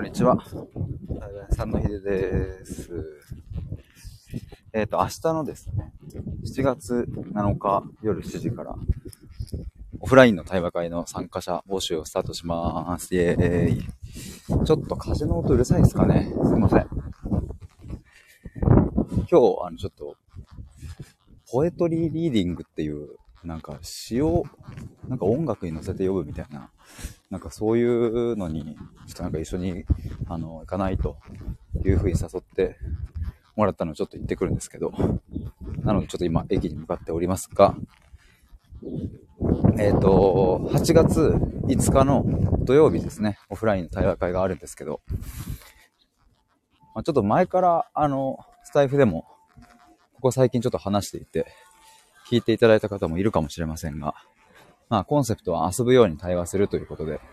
にちは。さんのひでです。明日のですね、7月7日夜7時からオフラインの対話会の参加者募集をスタートします。イエーイ。ちょっと風の音うるさいですかね。すいません。今日ちょっとポエトリーリーディングっていう詩を音楽に乗せて読むみたいなそういうのにちょっと一緒に行かないというふうに誘ってもらったのをちょっと行ってくるんですけど、なのでちょっと今駅に向かっておりますが、8月5日の土曜日ですね、オフラインの対話会があるんですけど、ちょっと前からスタイフでもここ最近ちょっと話していて聞いていただいた方もいるかもしれませんが、コンセプトは遊ぶように対話するということで、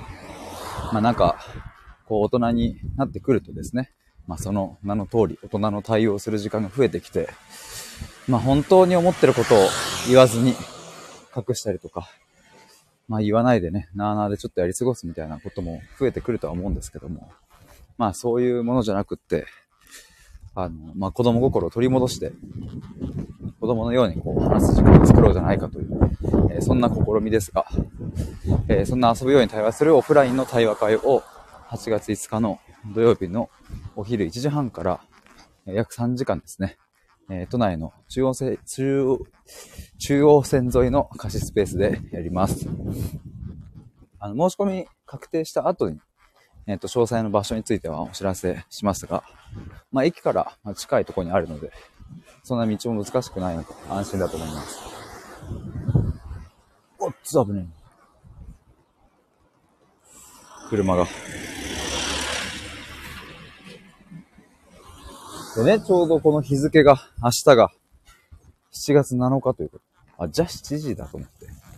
大人になってくるとですね、その名の通り大人の対応する時間が増えてきて、本当に思ってることを言わずに隠したりとか、言わないでね、なあなあでちょっとやり過ごすみたいなことも増えてくるとは思うんですけども、そういうものじゃなくって、子供心を取り戻して子供のように話す時間を作ろうじゃないかという、そんな試みですが、そんな遊ぶように対話するオフラインの対話会を8月5日の土曜日のお昼1時半から約3時間ですね、都内の中央線沿いの貸しスペースでやります。申し込み確定した後に、詳細の場所についてはお知らせしますが、駅から近いところにあるので、そんな道も難しくないので安心だと思います。おっつ危ねえ。車が。でね、ちょうどこの日付が、明日が7月7日ということ。じゃあ7時だと思って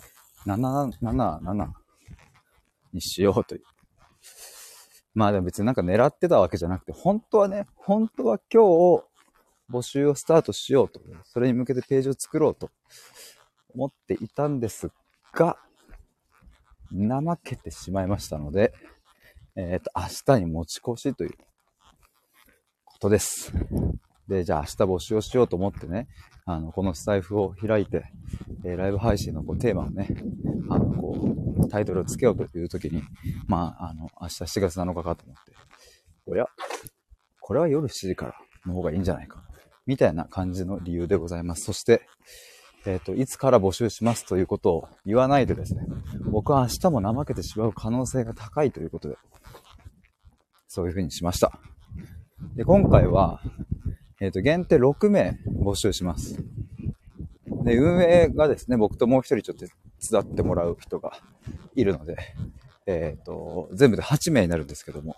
。7にしようという。でも別に狙ってたわけじゃなくて、本当は今日募集をスタートしようと。それに向けてページを作ろうと思っていたんですが、怠けてしまいましたので、明日に持ち越しということです。で、じゃあ明日募集をしようと思ってね、このスタイフを開いて、ライブ配信のテーマをね、タイトルをつけようという時に、明日7月7日かと思って、これは夜7時からの方がいいんじゃないか、みたいな感じの理由でございます。そして、いつから募集しますということを言わないでですね、僕は明日も怠けてしまう可能性が高いということで、そういう風にしました。で、今回は、限定6名募集します。で、運営がですね、僕ともう一人ちょっと手伝ってもらう人がいるので、全部で8名になるんですけども、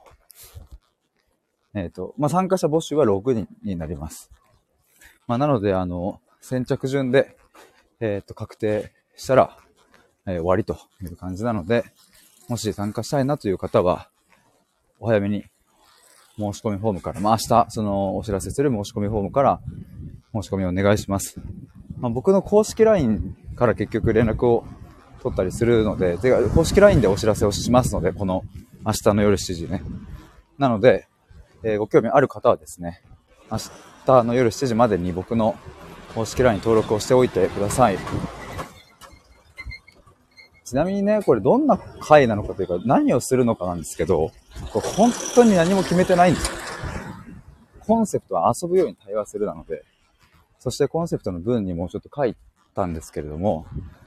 参加者募集は6人になります。なので、先着順で、確定したら、終わりという感じなので、もし参加したいなという方は、お早めに申し込みフォームから、明日、そのお知らせする申し込みフォームから申し込みをお願いします。僕の公式 LINE から結局連絡を取ったりするので、公式 LINE でお知らせをしますので、この明日の夜7時ね。なので、ご興味ある方はですね、明日の夜7時までに僕の公式 LINE 登録をしておいてください。ちなみにね、これどんな会なのかというか、何をするのかなんですけど、これ本当に何も決めてないんですよ。コンセプトは遊ぶように対話するなので、そしてコンセプトの文にもちょっと書いたんですけれども、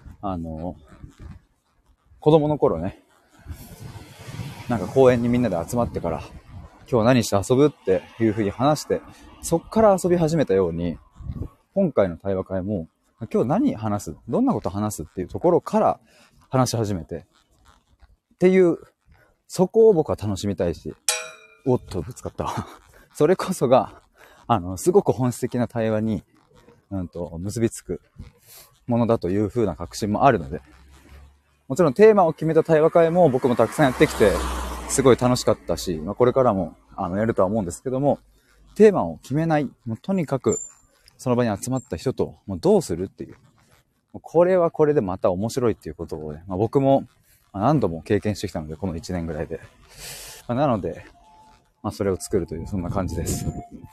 子供の頃ね、公園にみんなで集まってから、今日何して遊ぶっていう風に話して、そっから遊び始めたように、今回の対話会も、今日何話す、どんなこと話すっていうところから話し始めて、っていう、そこを僕は楽しみたいし、おっとぶつかった。それこそが、すごく本質的な対話に、結びつくものだという風な確信もあるので、もちろんテーマを決めた対話会も僕もたくさんやってきて、すごい楽しかったし、これからもやるとは思うんですけども、テーマを決めない、もうとにかくその場に集まった人ともうどうするっていう、これはこれでまた面白いっていうことをね、僕も何度も経験してきたので、この1年ぐらいで。なので、 まあそれを作るという、そんな感じです。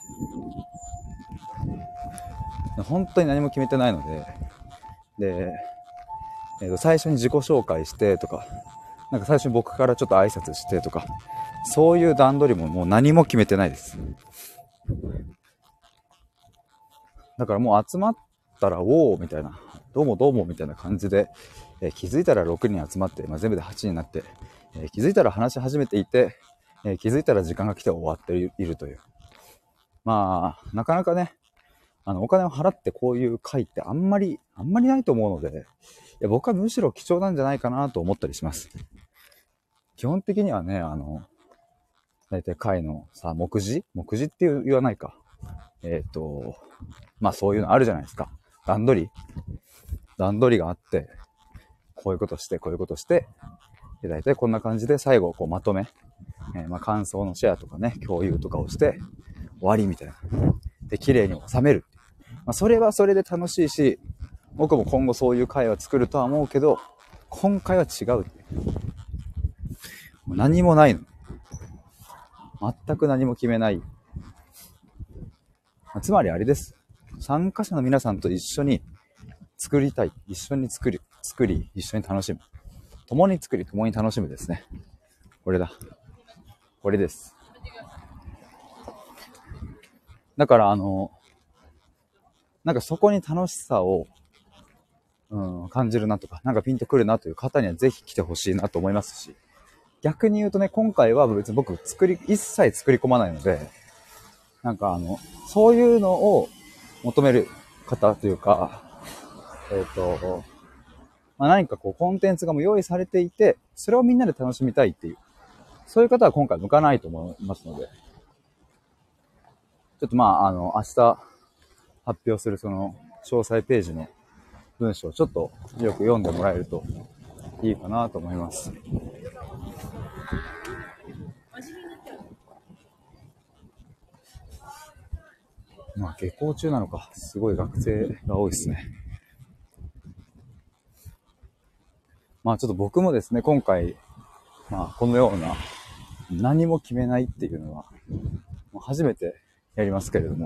本当に何も決めてないので、最初に自己紹介してとか、なんか最初に僕からちょっと挨拶してとか、そういう段取りももう何も決めてないです。だからもう集まったらおーみたいな、どうもどうもみたいな感じで、気づいたら6人集まって、全部で8人になって、気づいたら話し始めていて、気づいたら時間が来て終わっているという。まあ、なかなかね、お金を払ってこういう会ってあんまりないと思うので、僕はむしろ貴重なんじゃないかなと思ったりします。基本的にはね、大体会のさ、目次って言わないか。まあそういうのあるじゃないですか。段取りがあって、こういうことして、で大体こんな感じで最後こうまとめ、まあ感想のシェアとかね、共有とかをして終わりみたいな。で、綺麗に収める。まあそれはそれで楽しいし、僕も今後そういう会は作るとは思うけど、今回は違う。何もないの。全く何も決めない。つまりあれです。参加者の皆さんと一緒に作りたい。一緒に作り、一緒に楽しむ。共に作り、共に楽しむですね。これです。だからなんかそこに楽しさを、感じるなとか、なんかピンとくるなという方にはぜひ来てほしいなと思いますし、逆に言うとね、今回は別に僕一切作り込まないので、なんかそういうのを求める方というか、まあ、何かこうコンテンツがもう用意されていて、それをみんなで楽しみたいっていう、そういう方は今回向かないと思いますので、ちょっとまあ明日発表するその詳細ページの文章をちょっとよく読んでもらえるといいかなと思います。まあ下校中なのか、すごい学生が多いですね。まあちょっと僕もですね、今回、まあこのような何も決めないっていうのは初めてやりますけれども、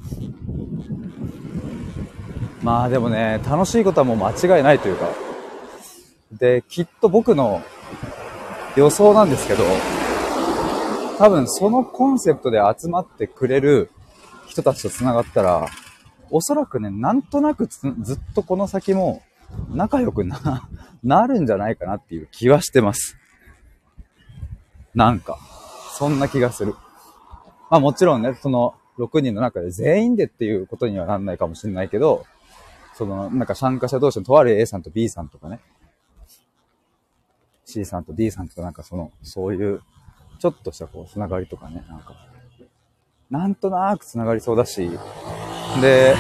まあでもね、楽しいことはもう間違いないというか、で、きっと僕の予想なんですけど、多分そのコンセプトで集まってくれる人たちと繋がったら、おそらくね、なんとなくずっとこの先も仲良くなるんじゃないかなっていう気はしてます。なんか、そんな気がする。まあもちろんね、その6人の中で全員でっていうことにはなんないかもしれないけど、そのなんか参加者同士のとある A さんと B さんとかね、C さんと D さんとかなんかそういうちょっとしたこうつながりとかね、なんとなくつながりそうだし、で、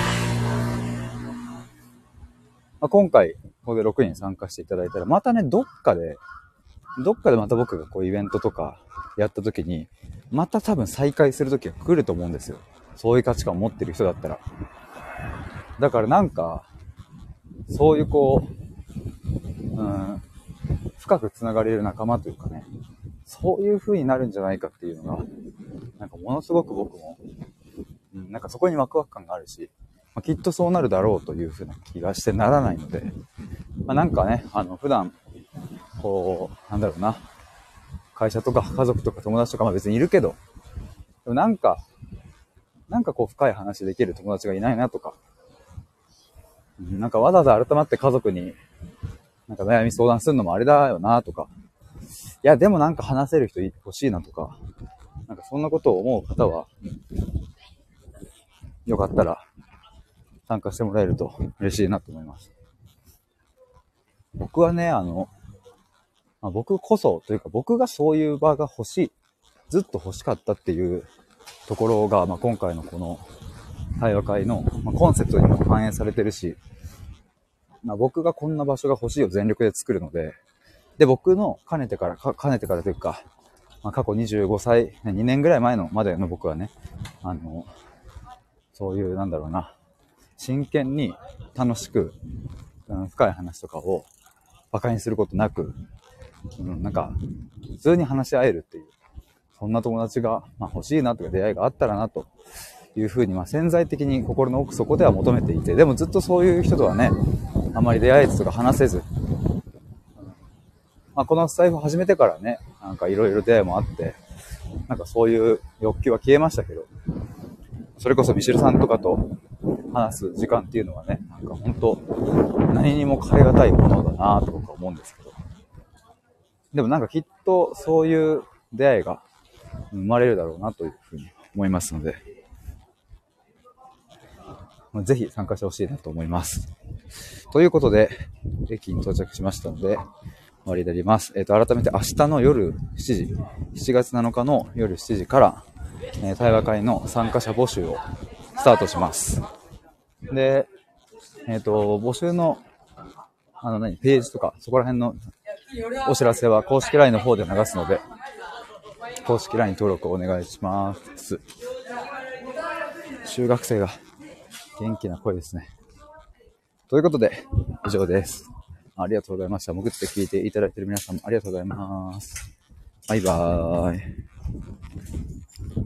まあ、今回ここで6人参加していただいたら、またね、どっかでまた僕がこうイベントとかやった時に、また多分再会する時が来ると思うんですよ。そういう価値観を持ってる人だったら。だからなんか、そういうこう、深くつながれる仲間というかね、そういう風になるんじゃないかっていうのが、なんかものすごく僕も、なんかそこにワクワク感があるし、まあ、きっとそうなるだろうという風な気がしてならないので、まあ、なんかね、普段、こう、なんだろうな、会社とか家族とか友達とかまあ別にいるけど、でもなんかこう深い話できる友達がいないなとか、なんかわざわざ改まって家族になんか悩み相談するのもあれだよなとか、いやでもなんか話せる人欲しいなとか、なんかそんなことを思う方は、よかったら参加してもらえると嬉しいなと思います。僕はね、まあ、僕こそというか僕がそういう場が欲しい、ずっと欲しかったっていうところが、まあ、今回のこの対話会の、まあ、コンセプトにも反映されてるし、まあ、僕がこんな場所が欲しいを全力で作るので、で、僕のかねてからというか、まあ、過去25歳、2年ぐらい前のまでの僕はね、そういうなんだろうな、真剣に楽しく、深い話とかを馬鹿にすることなく、なんか、普通に話し合えるっていう、 こんな友達が、欲しいなとか出会いがあったらなというふうに、潜在的に心の奥底では求めていて、でもずっとそういう人とはね、あまり出会えずとか話せず、このスタイフ始めてからね、なんかいろいろ出会いもあって、なんかそういう欲求は消えましたけど、それこそミシルさんとかと話す時間っていうのはね、なんか本当何にも代え難いものだなと僕は思うんですけど、でもなんかきっとそういう出会いが生まれるだろうなというふうに思いますので、ぜひ参加してほしいなと思います。ということで、駅に到着しましたので、終わりであります。改めて明日の夜7時、7月7日の夜7時から、対話会の参加者募集をスタートします。で、募集の、ページとか、そこら辺のお知らせは公式 LINE の方で流すので、公式 LINE 登録をお願いします。中学生が元気な声ですね。ということで、以上です。ありがとうございました。潜って聞いていただいている皆さんもありがとうございます。バイバーイ。